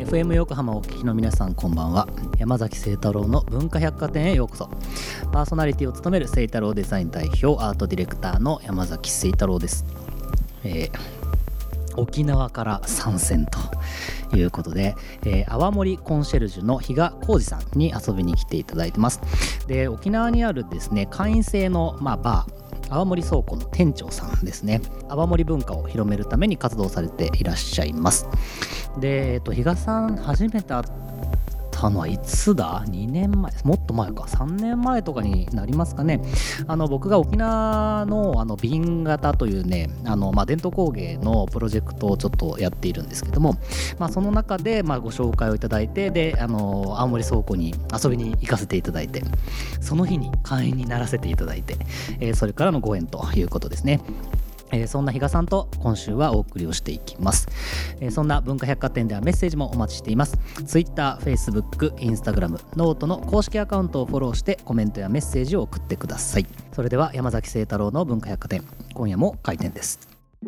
FM 横浜をお聞きの皆さん、こんばんは。山崎清太郎の文化百貨店へようこそ。パーソナリティを務める清太郎デザイン代表アートディレクターの山崎清太郎です。沖縄から参戦ということで、泡盛コンシェルジュの比嘉浩二さんに遊びに来ていただいてます。で、沖縄にあるですね、会員制の、バー泡盛倉庫の店長さんですね。泡盛文化を広めるために活動されていらっしゃいます。で、比嘉さん初めて会ったのはいつだ？2年前、もっと前か、3年前とかになりますかね。僕が沖縄の紅型というね、伝統工芸のプロジェクトをちょっとやっているんですけども、その中でご紹介をいただいて、で青森倉庫に遊びに行かせていただいて、その日に会員にならせていただいて、それからのご縁ということですね。そんな比嘉さんと今週はお送りをしていきます。そんな文化百貨店ではメッセージもお待ちしています。 Twitter、Facebook、Instagram、ノートの公式アカウントをフォローしてコメントやメッセージを送ってください。それでは山崎清太郎の文化百貨店、今夜も開店です。 FM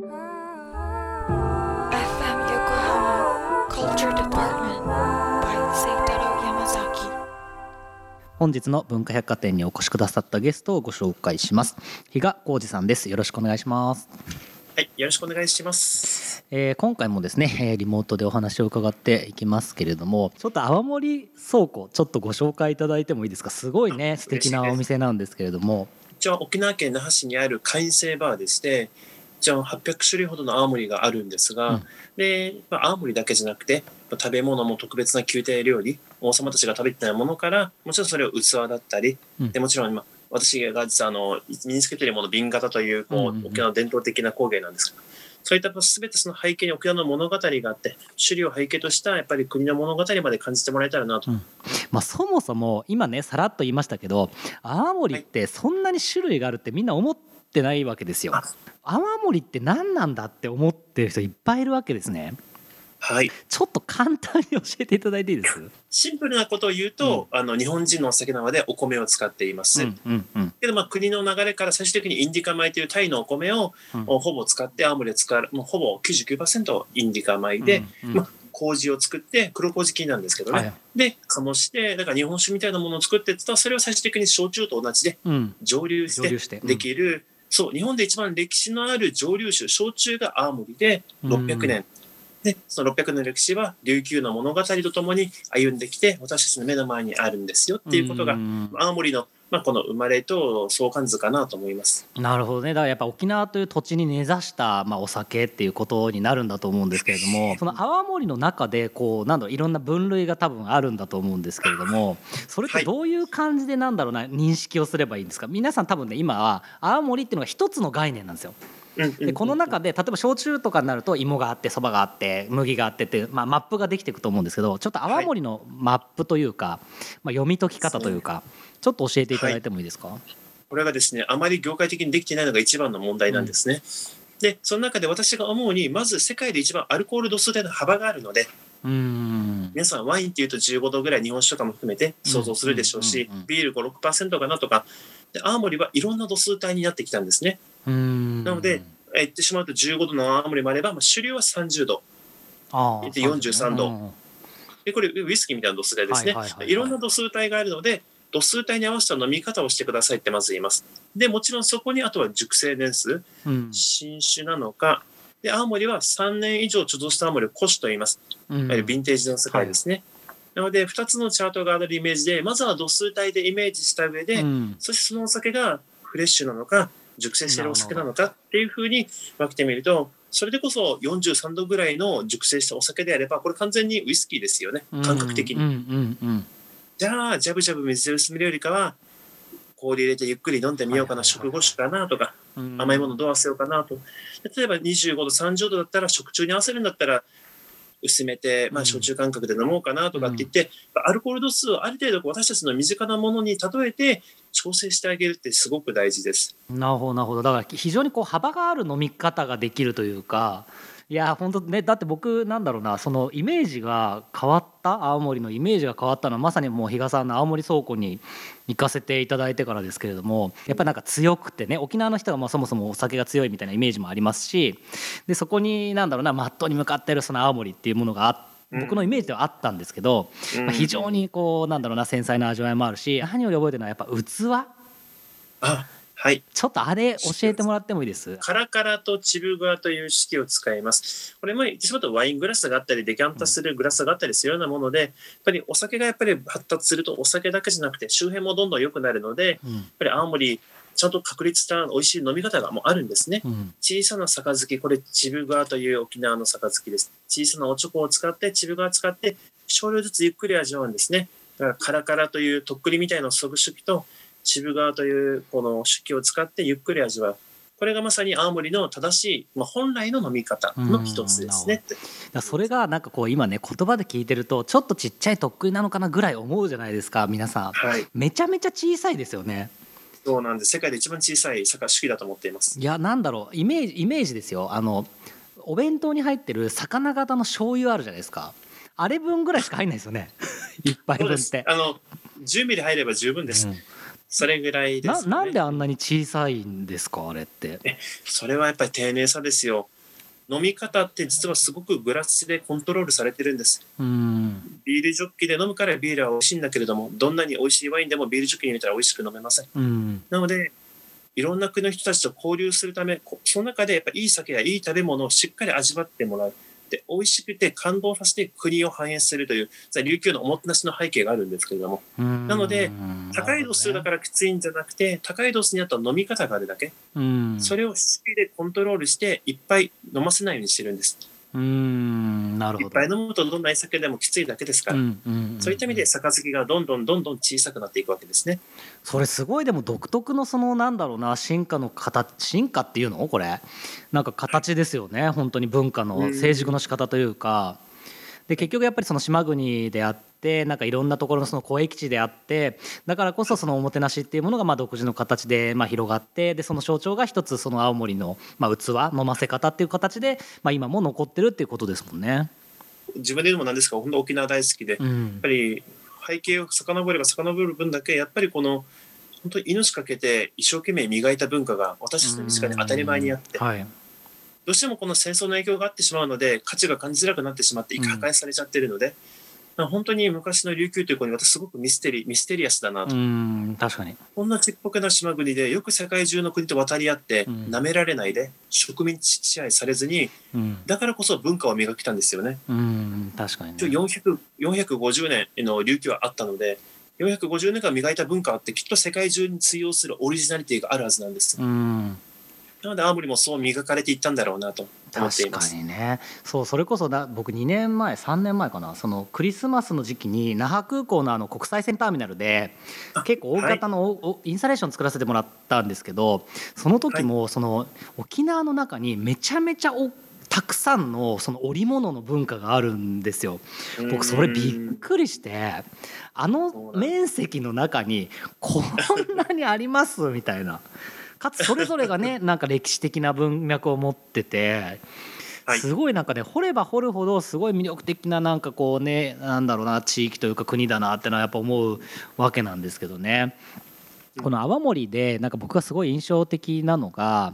横浜 Culture Department by 清太郎山崎。 本日の文化百貨店にお越しくださったゲストをご紹介します。比嘉浩二さんです。よろしくお願いします。 はい、よろしくお願いします。 今回もですね、リモートでお話を伺っていきますけれども、ちょっと泡盛倉庫ちょっとご紹介いただいてもいいですか？すごいね、素敵なお店なんですけれども。 一応沖縄県那覇市にある会員制バーでして、一応800種類ほどの泡盛があるんですが、で、泡盛だけじゃなくて食べ物も特別な宮廷料理、王様たちが食べてないものから、もちろんそれを器だったり、でもちろん私が実は身につけているもの、紅型という沖縄の伝統的な工芸なんですけど、そういった全てその背景に沖縄の物語があって、種類を背景としたやっぱり国の物語まで感じてもらえたらなと。 そもそも今ね、さらっと言いましたけど、泡盛ってそんなに種類があるってみんな思ってないわけですよ。泡盛って何なんだって思ってる人いっぱいいるわけですね。 はい、 ちょっと簡単に教えていただいていいです？ シンプルなことを言うと、日本人のお酒なのでお米を使っています。けど国の流れから最終的にインディカ米というタイのお米を、ほぼ使って青森で使う、ほぼ 99% インディカ米で、麹を作って黒麹菌なんですけどね、で醸して、だから日本酒みたいなものを作っていったら、それを最終的に焼酎と同じで蒸留してできる、そう、日本で一番歴史のある蒸留酒、焼酎が青森で600年。でその600年の歴史は琉球の物語とともに歩んできて、私たちの目の前にあるんですよっていうことが、青森のこの生まれと相関図かなと思います。 なるほどね。だからやっぱ沖縄という土地に根ざした、お酒っていうことになるんだと思うんですけれども、その泡盛の中でいろんな分類が多分あるんだと思うんですけれども、それってどういう感じで認識をすればいいんですか？皆さん多分ね、今は泡盛っていうのが一つの概念なんですよ。でこの中で例えば焼酎とかになると芋があってそばがあって麦があってって、マップができていくと思うんですけど、ちょっと泡盛のマップというか、読み解き方というか、ちょっと教えていただいてもいいですか？ これがですね、あまり業界的にできていないのが一番の問題なんですね。でその中で私が思うに、まず世界で一番アルコール度数での幅があるので、皆さんワインっていうと15度ぐらい、日本酒とかも含めて想像するでしょうし、ビール 5,6% かなとかで、青森はいろんな度数帯になってきたんですね。なので言ってしまうと15度の青森もあれば、主流は30度、43度で、これウイスキーみたいな度数帯ですね。いろんな度数帯があるので、度数帯に合わせた飲み方をしてくださいってまず言います。でもちろんそこにあとは熟成年数、新酒なのかで、青森は3年以上貯蔵した青森を古酒と言います。ヴィンテージの世界ですね。なので2つのチャートがあるイメージで、まずは度数帯でイメージした上で、そしてそのお酒がフレッシュなのか熟成しているお酒なのかっていうふうに分けてみると、それでこそ43度ぐらいの熟成したお酒であれば、これ完全にウイスキーですよね、感覚的に。じゃあジャブジャブ水で薄めるよりかは、氷入れてゆっくり飲んでみようかな、食後酒かなとか、甘いものどう合わせようかなと。例えば25度30度だったら、食中に合わせるんだったら薄めて、焼酎感覚で飲もうかなとかって言って、アルコール度数をある程度私たちの身近なものに例えて調整してあげるってすごく大事です。 なるほどなるほど。だから非常に幅がある飲み方ができるというか、いや本当ね、だって僕そのイメージが変わった、青森のイメージが変わったのはまさにもう比嘉さんの青森倉庫に行かせていただいてからですけれども、やっぱり強くてね、沖縄の人がそもそもお酒が強いみたいなイメージもありますし、でそこにマットに向かってるその青森っていうものがあっ僕のイメージではあったんですけど、非常にこうなんだろうな繊細な味わいもあるし、何より覚えてるのはやっぱ器。 はい。 ちょっとあれ教えてもらってもいいです？ カラカラとチブガーという式を使います。これも言ってしまうとワイングラスがあったりデキャンタするグラスがあったりするようなもので、やっぱりお酒がやっぱり発達するとお酒だけじゃなくて周辺もどんどん良くなるので、やっぱり青森ちゃんと確立した美味しい飲み方がもうあるんですね。小さな杯、これチブガーという沖縄の杯です。小さなおちょこを使ってチブガーを使って少量ずつゆっくり味わうんですね。だからカラカラというとっくりみたいな注ぐ酒器とチブガーというこの酒器を使ってゆっくり味わう。これがまさに青森の正しい、本来の飲み方の一つですね。 それがなんかこう今ね言葉で聞いてるとちょっとちっちゃいとっくりなのかなぐらい思うじゃないですか皆さん、めちゃめちゃ小さいですよね。 そうなんです。世界で一番小さい酒器だと思っています。 いやなんだろうイメージですよ。お弁当に入ってる魚型の醤油あるじゃないですか。あれ分ぐらいしか入んないですよね一杯分って。 10ミリ入れば十分です、それぐらいです、ね、 なんであんなに小さいんですかあれって。 それはやっぱり丁寧さですよ。飲み方って実はすごくグラスでコントロールされてるんです。ビールジョッキで飲むからビールは美味しいんだけれども、どんなに美味しいワインでもビールジョッキに入れたら美味しく飲めません。なのでいろんな国の人たちと交流するため、その中でやっぱりいい酒やいい食べ物をしっかり味わってもらう。で美味しくて感動させて国を反映するという琉球のおもてなしの背景があるんですけれども、なので高い度数だからきついんじゃなくて、高い度数にあった飲み方があるだけ、それをしっかりでコントロールしていっぱい飲ませないようにしてるんです。 なるほど。 いっぱい飲むとどんな酒でもきついだけですから、そういった意味で杯がどんどん小さくなっていくわけですね。 それすごいでも独特のそのなんだろうな進化っていうのこれなんか形ですよね、本当に文化の成熟の仕方というか。で結局やっぱりその島国であってなんかいろんなところのその交易地であって、だからこそそのおもてなしっていうものが独自の形で広がって、でその象徴が一つその青森の器飲ませ方っていう形で今も残ってるっていうことですもんね。 自分で言うのもなんですが本当沖縄大好きで、やっぱり背景を遡れば遡る分だけやっぱりこの本当に命かけて一生懸命磨いた文化が私たちの身近に当たり前にあって、どうしてもこの戦争の影響があってしまうので価値が感じづらくなってしまって破壊されちゃってるので、本当に昔の琉球という国に私すごくミステリアスだなと。 確かにこんなちっぽけな島国でよく世界中の国と渡り合って舐められないで植民地支配されずに、だからこそ文化を磨きたんですよね。 確かにね。 450年の琉球はあったので、450年間磨いた文化あってきっと世界中に通用するオリジナリティがあるはずなんです。なので青森もそう磨かれていったんだろうなと思っています。 確かにね。それこそ僕2年前3年前かな、そのクリスマスの時期に那覇空港の国際線ターミナルで結構大型のインスタレーション作らせてもらったんですけど、その時もその沖縄の中にめちゃめちゃたくさんのその織物の文化があるんですよ。僕それびっくりして、面積の中にこんなにありますみたいな。かつそれぞれがねなんか歴史的な文脈を持ってて、すごいなんかね掘れば掘るほどすごい魅力的ななんかこうねなんだろうな地域というか国だなってのはやっぱ思うわけなんですけどね。この泡盛でなんか僕がすごい印象的なのが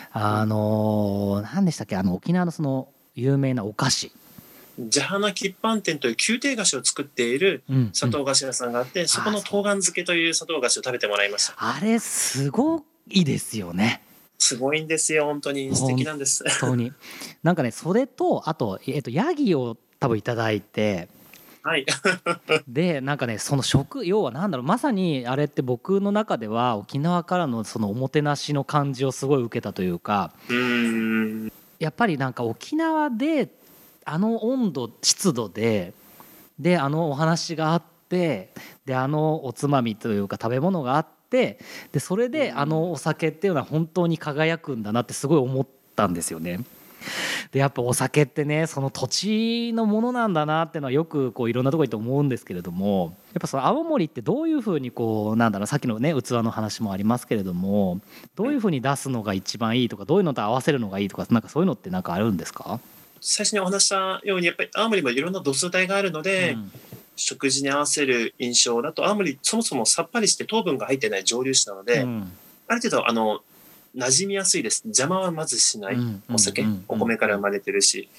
何でしたっけ、沖縄のその有名なお菓子ジャハナ吉飯店という宮廷菓子を作っている砂糖菓子屋さんがあって、そこの冬瓜漬けという砂糖菓子を食べてもらいました。 あれすごいいですよね。 すごいんですよ、本当に素敵なんです。 本当になんかねそれとあとヤギを多分いただいて、でなんかねその要はなんだろう、まさにあれって僕の中では沖縄からのそのおもてなしの感じをすごい受けたというか、やっぱりなんか沖縄で温度湿度でお話があって、でおつまみというか食べ物があって、でそれでお酒っていうのは本当に輝くんだなってすごい思ったんですよね。でやっぱお酒ってねその土地のものなんだなっていうのはよくこういろんなところにと思うんですけれども、やっぱその青森ってどういうふうにこうなんだろう、さっきのね器の話もありますけれども、どういうふうに出すのが一番いいとか、どういうのと合わせるのがいいとか、なんかそういうのってなんかあるんですか？ 最初にお話したようにやっぱり青森もいろんな度数帯があるので、食事に合わせる印象だと青森そもそもさっぱりして糖分が入ってない蒸留酒なので、ある程度馴染みやすいです。邪魔はまずしないお酒、お米から生まれてるし、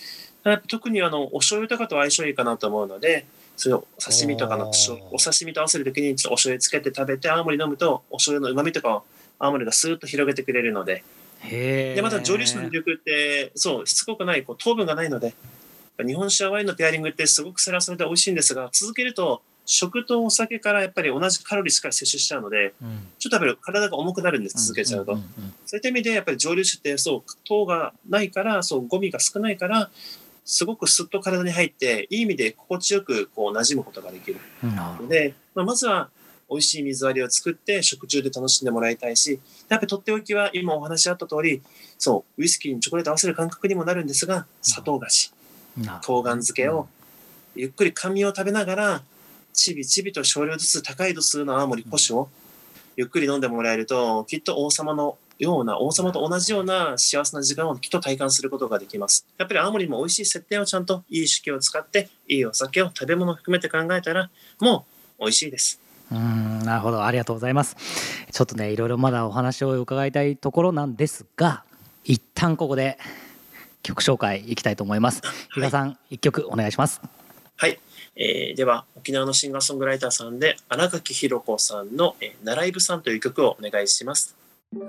やっぱ特にお醤油とかと相性いいかなと思うので、それをお刺身とかのお刺身と合わせるときにちょっとお醤油つけて食べて青森飲むと、お醤油の旨味とかを青森がスーッと広げてくれるので、でまた蒸留酒の魅力ってそうしつこくない糖分がないので、日本酒やワインのペアリングってすごくそれはそれで美味しいんですが、続けると食とお酒からやっぱり同じカロリーしっかり摂取しちゃうので、ちょっとやっぱり体が重くなるんです、続けちゃうと。そういった意味でやっぱり蒸留酒って糖がないから、ゴミが少ないから、すごくスッと体に入っていい意味で心地よく馴染むことができるので、まずは美味しい水割りを作って食中で楽しんでもらいたいし、やっぱりとっておきは今お話あった通り、ウイスキーにチョコレート合わせる感覚にもなるんですが、砂糖菓子、冬瓜漬けをゆっくり甘味を食べながら、ちびちびと少量ずつ高い度数の青森古酒をゆっくり飲んでもらえると、きっと王様と同じような幸せな時間をきっと体感することができます。やっぱり青森も美味しい設定をちゃんといい酒器を使っていいお酒を食べ物を含めて考えたらもう美味しいです。 なるほど、ありがとうございます。ちょっとねいろいろまだお話を伺いたいところなんですが、一旦ここで曲紹介いきたいと思います。比嘉さん、一曲お願いします。 はい、では沖縄のシンガーソングライターさんで新垣ひろ子さんの「ナライブさん」という曲をお願いします。 FM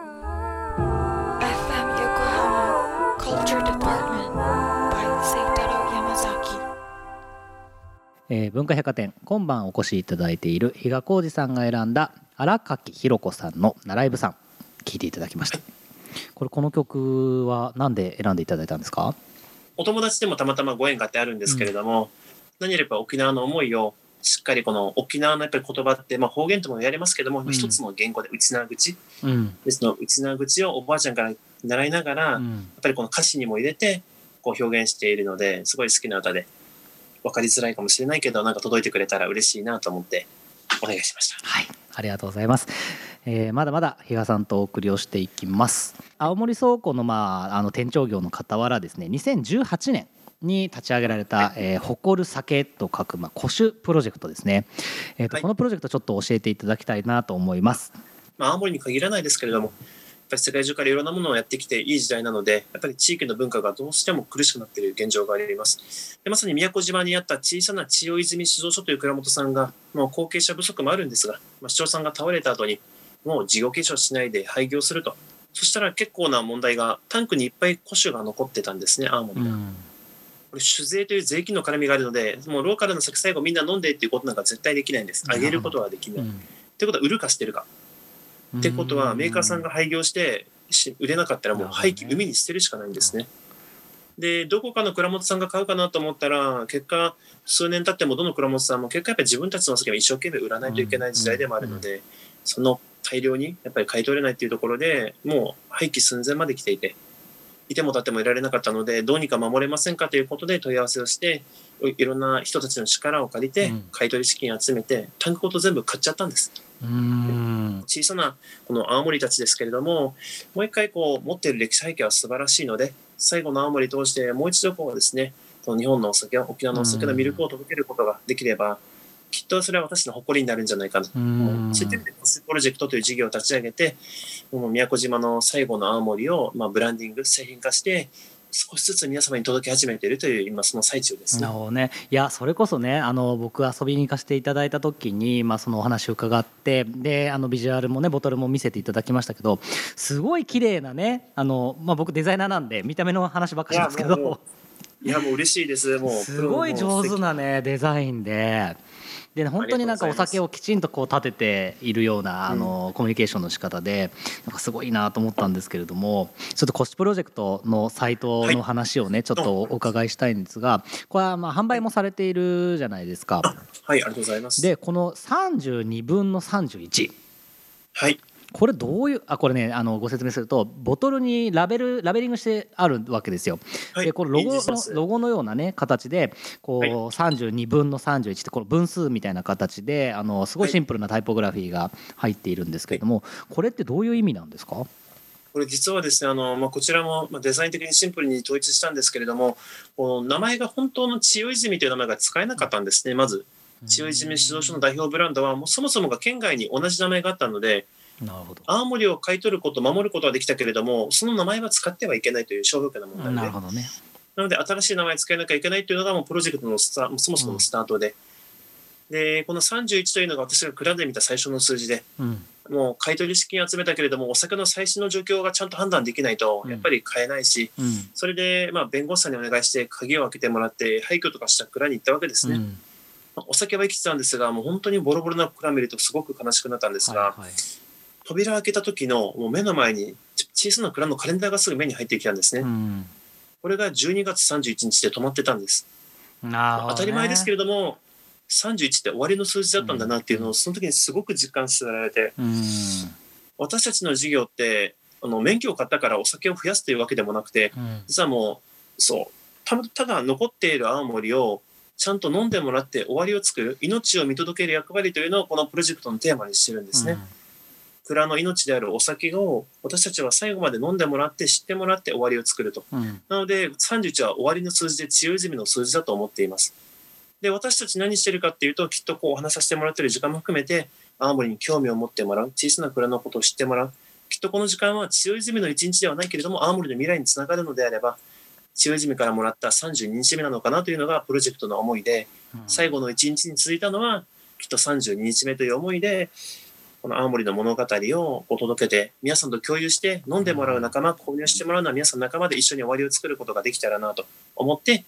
Yokohama Culture Department by Seitaro Yamazaki。 文化百貨店今晩お越しいただいている比嘉浩二さんが選んだ新垣ひろ子さんのナライブさん、聴いていただきました。この曲は何で選んでいただいたんですか？ お友達でもたまたまご縁があってあるんですけれども、何よりか沖縄の思いをしっかりこの沖縄のやっぱり言葉って、方言とも言われますけども、一つの言語で内縄口、でその内縄口をおばあちゃんから習いながら、やっぱりこの歌詞にも入れて表現しているので、すごい好きな歌で、分かりづらいかもしれないけど届いてくれたら嬉しいなと思ってお願いしました。 はい、ありがとうございます。まだまだ比嘉さんとお送りをしていきます。青森倉庫の店長業の傍らですね、2018年に立ち上げられた、誇る酒と書く、古酒プロジェクトですね。このプロジェクトちょっと教えていただきたいなと思います。 青森に限らないですけれども、やっぱり世界中からいろんなものをやってきていい時代なので、やっぱり地域の文化がどうしても苦しくなっている現状があります。でまさに宮古島にあった小さな千代泉酒造所という蔵元さんが、もう後継者不足もあるんですが、市長さんが倒れた後にもう事業継承しないで廃業すると。そしたら結構な問題が、タンクにいっぱい古酒が残ってたんですね、青森が。これ酒税という税金の絡みがあるので、もうローカルの酒最後みんな飲んでっていうことなんか絶対できないんです。あげることはできない。ってことは売るか捨てるか。ってことはメーカーさんが廃業して売れなかったらもう廃棄、海に捨てるしかないんですね。でどこかの蔵元さんが買うかなと思ったら、結果数年経ってもどの蔵元さんも結果やっぱり自分たちのお酒を一生懸命売らないといけない時代でもあるので、その大量にやっぱり買い取れないっていうところでもう廃棄寸前まで来ていても立ってもいられなかったので、どうにか守れませんかということで問い合わせをして、いろんな人たちの力を借りて買い取り資金を集めてタンクごと全部買っちゃったんです。小さなこの青森たちですけれども、もう一回持っている歴史背景は素晴らしいので、最後の青森通してもう一度ですね、この日本のお酒、沖縄のお酒の魅力を届けることができれば、きっとそれは私の誇りになるんじゃないかな。そういった意味でプロジェクトという事業を立ち上げて、宮古島の最後の青森をブランディング製品化して少しずつ皆様に届け始めているという今その最中です。 なるほどね。いやそれこそね、僕遊びに行かせていただいた時に、そのお話を伺って、でビジュアルもねボトルも見せていただきましたけど、すごい綺麗なね、僕デザイナーなんで見た目の話ばっかりですけど、 もう嬉しいです。もうすごい上手なねデザインで本当になんかお酒をきちんと立てているようなコミュニケーションの仕方で、なんかすごいなと思ったんですけれども、ちょっとコシプロジェクトのサイトの話をねちょっとお伺いしたいんですが、これは販売もされているじゃないですか。 はい、ありがとうございます。 でこの32分の31、 はい、 これどういうこれねご説明すると、ボトルにラベリングしてあるわけですよ。でこのロゴのようなね形で32分の31ってこの分数みたいな形ですごいシンプルなタイポグラフィーが入っているんですけれども、これってどういう意味なんですか？ これ実はですね、こちらもデザイン的にシンプルに統一したんですけれども、この名前が本当の千代泉という名前が使えなかったんですね。まず千代泉酒造所の代表ブランドはもうそもそもが県外に同じ名前があったので、 なるほど、 青森を買い取ること守ることはできたけれども、その名前は使ってはいけないという商標権の問題で、 なるほどね。 なので新しい名前使えなきゃいけないっていうのがもうプロジェクトのそもそものスタートで、でこの31というのが私が蔵で見た最初の数字で、もう買い取り資金集めたけれどもお酒の最新の状況がちゃんと判断できないとやっぱり買えないし、それで弁護士さんにお願いして鍵を開けてもらって廃墟とかした蔵に行ったわけですね。お酒は生きてたんですが、もう本当にボロボロな蔵見るとすごく悲しくなったんですが、扉開けた時のもう目の前に小さな蔵のカレンダーがすぐ目に入ってきたんですね。これが12月31日で止まってたんです。当たり前ですけれども31って終わりの数字だったんだなっていうのをその時にすごく実感させられて、私たちの事業って免許を買ったからお酒を増やすというわけでもなくて、実はもうただ残っている青森をちゃんと飲んでもらって終わりを作る、命を見届ける役割というのをこのプロジェクトのテーマにしてるんですね。蔵の命であるお酒を私たちは最後まで飲んでもらって知ってもらって終わりを作ると、なので31は終わりの数字で強い泉の数字だと思っています。で私たち何してるかっていうと、きっとお話しさせてもらってる時間も含めて青森に興味を持ってもらう、小さな蔵のことを知ってもらう、きっとこの時間は強い泉の一日ではないけれども青森の未来につながるのであれば強い泉からもらった32日目なのかなというのがプロジェクトの思いで、最後の1日に続いたのはきっと32日目という思いでこの青森の物語をお届けて皆さんと共有して飲んでもらう仲間、購入してもらうのは皆さん仲間で一緒に終わりを作ることができたらなと思って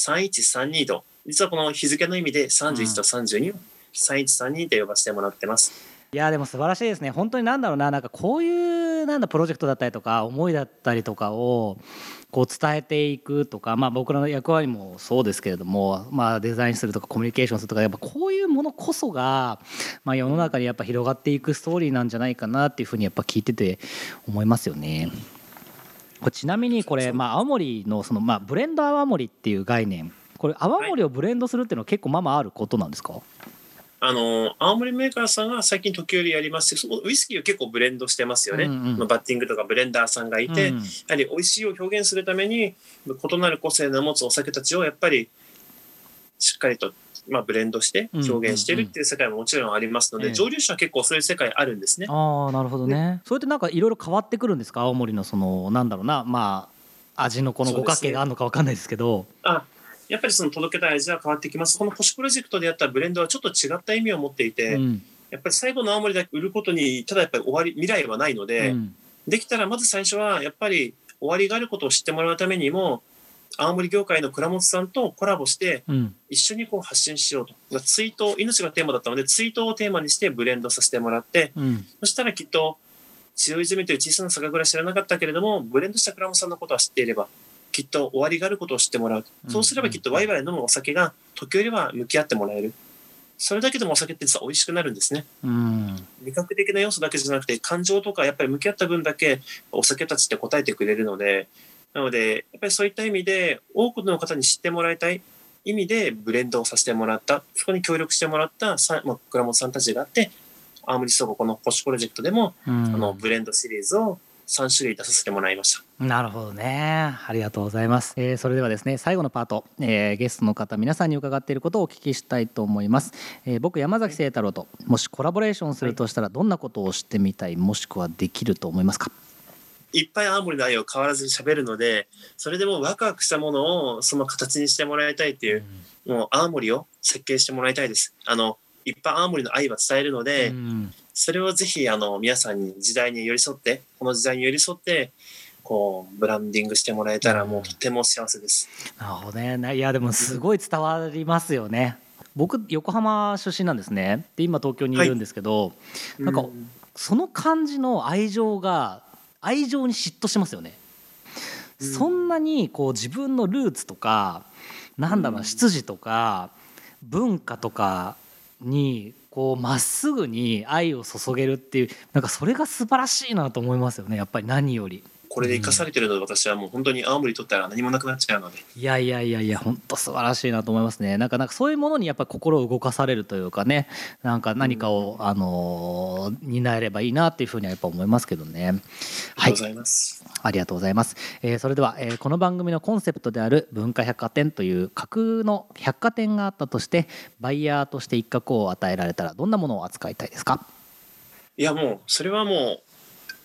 3132と、実はこの日付の意味で31と32を3132と呼ばせてもらってます。 いやでも素晴らしいですね。本当になんだろうな、なんかこういうプロジェクトだったりとか思いだったりとかをこう伝えていくとか、僕らの役割もそうですけれども、デザインするとかコミュニケーションするとか、やっぱこういうものこそが、世の中にやっぱ広がっていくストーリーなんじゃないかなっていうふうにやっぱ聞いてて思いますよね。ちなみにこれ、青森のブレンド泡盛っていう概念、これ泡盛をブレンドするっていうのは結構あることなんですか？ 青森メーカーさんが最近時折やりますし、ウイスキーを結構ブレンドしてますよね。バッティングとかブレンダーさんがいて、やはり美味しいを表現するために異なる個性の持つお酒たちをやっぱりしっかりとブレンドして表現してるっていう世界ももちろんありますので、蒸留酒は結構そういう世界あるんですね。 なるほどね。それっていろいろ変わってくるんですか？青森のなんだろうな、味のこの五角形があるのか分かんないですけど。 やっぱりその届けたい味は変わってきます。この星プロジェクトでやったブレンドはちょっと違った意味を持っていて、やっぱり最後の青森だけ売ることにただやっぱり未来はないので、できたらまず最初はやっぱり終わりがあることを知ってもらうためにも青森業界の倉本さんとコラボして一緒に発信しようと、追悼、命がテーマだったので追悼をテーマにしてブレンドさせてもらって、そしたらきっと強い泉という小さな酒蔵知らなかったけれどもブレンドした倉本さんのことは知っていればきっと終わりがあることを知ってもらう。そうすればきっとワイワイ飲むお酒が時折は向き合ってもらえる。それだけでもお酒って実は美味しくなるんですね。味覚的な要素だけじゃなくて感情とかやっぱり向き合った分だけお酒たちって答えてくれるので、なのでやっぱりそういった意味で多くの方に知ってもらいたい意味でブレンドをさせてもらった、そこに協力してもらった倉本さんたちがあって、青森倉庫この星プロジェクトでもブレンドシリーズを3種類出させてもらいました。 なるほどね、ありがとうございます。それではですね、最後のパート、ゲストの方皆さんに伺っていることをお聞きしたいと思います。僕山崎清太郎ともしコラボレーションするとしたらどんなことをしてみたい、もしくはできると思いますか？ いっぱい青森の愛を変わらず喋るので、それでもワクワクしたものをその形にしてもらいたいっていう、もう青森を設計してもらいたいです。いっぱい青森の愛は伝えるので、それをぜひ皆さんに時代に寄り添って、この時代に寄り添ってブランディングしてもらえたらもうとても幸せです。 なるほどね。いやでもすごい伝わりますよね。僕横浜出身なんですね。で今東京にいるんですけど、なんかその感じの愛情が愛情に嫉妬しますよね。そんなに自分のルーツとかなんだろう、出自とか文化とかにまっすぐに愛を注げるっていう、なんかそれが素晴らしいなと思いますよね。やっぱり何よりこれで生かされてるので、私はもう本当に青森にとったら何もなくなっちゃうので、 いや本当素晴らしいなと思いますね。なんかそういうものにやっぱり心を動かされるというかね、なんか何かを、担えればいいなっていうふうにはやっぱ思いますけどね。 ありがとうございます。 ありがとうございます。それでは、この番組のコンセプトである文化百貨店という架空の百貨店があったとして、バイヤーとして一角を与えられたらどんなものを扱いたいですか？ いやもうそれはもう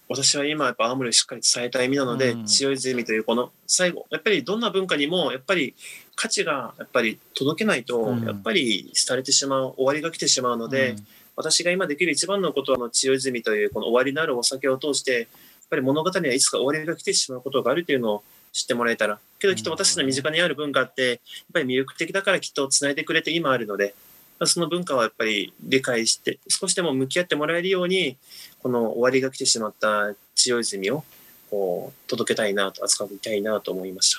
私は今やっぱ青森をしっかり伝えたい意味なので、千代泉というこの最後、やっぱりどんな文化にもやっぱり価値がやっぱり届けないと、やっぱり廃れてしまう、終わりが来てしまうので、私が今できる一番のことは千代泉というこの終わりのあるお酒を通して、やっぱり物語にはいつか終わりが来てしまうことがあるというのを知ってもらえたら。けどきっと私たちの身近にある文化ってやっぱり魅力的だからきっとつないでくれて今あるので、その文化はやっぱり理解して少しでも向き合ってもらえるように、この終わりが来てしまった千代泉をこう届けたいなと、扱いたいなと思いました。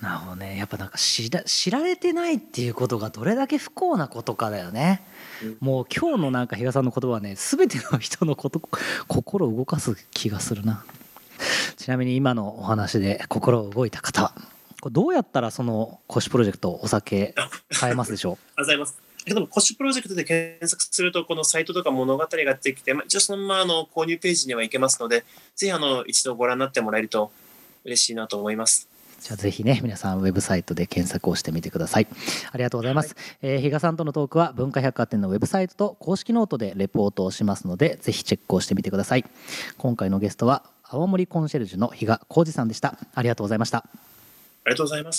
なるほどね。やっぱなんか知られてないっていうことがどれだけ不幸なことかだよね。もう今日のなんか比嘉さんの言葉はね、全ての人の心を動かす気がするな。ちなみに今のお話で心動いた方、これどうやったらそのコシプロジェクトお酒買えますでしょう？ ありがとうございます。でもコシプロジェクトで検索するとこのサイトとか物語が出てきて、一応そのまま購入ページには行けますので、ぜひ一度ご覧になってもらえると嬉しいなと思います。 じゃあぜひね、皆さんウェブサイトで検索をしてみてください。ありがとうございます。比嘉さんとのトークは文化百貨店のウェブサイトと公式ノートでレポートをしますので、ぜひチェックをしてみてください。今回のゲストは青森コンシェルジュの比嘉浩二さんでした。ありがとうございました。 ありがとうございます。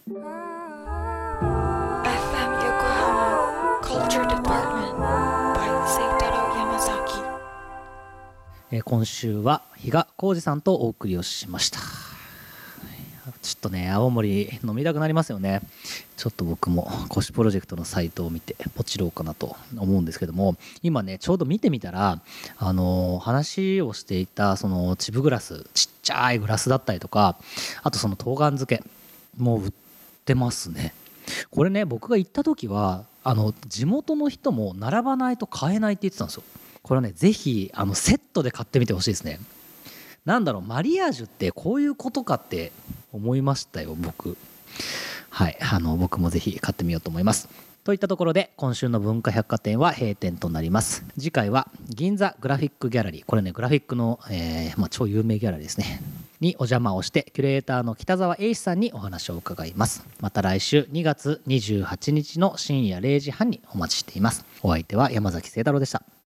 Culture Department by Seitaro Yamazaki。 今週は比嘉浩二さんとお送りをしました。ちょっとね、青森飲みたくなりますよね。ちょっと僕もコシプロジェクトのサイトを見てポチろうかなと思うんですけども、今ねちょうど見てみたら話をしていたその粒グラス、ちっちゃいグラスだったりとか、あとその冬瓜漬けもう売ってますね。これね、僕が行った時は地元の人も並ばないと買えないって言ってたんですよ。これはね、ぜひセットで買ってみてほしいですね。なんだろう、マリアージュってこういうことかって思いましたよ、僕。はい、僕もぜひ買ってみようと思います。といったところで今週の文化百貨店は閉店となります。次回は銀座グラフィックギャラリー、これねグラフィックの、超有名ギャラリーですねにお邪魔をして、キュレーターの北澤英史さんにお話を伺います。また来週2月28日の深夜0時半にお待ちしています。お相手は山崎誠太郎でした。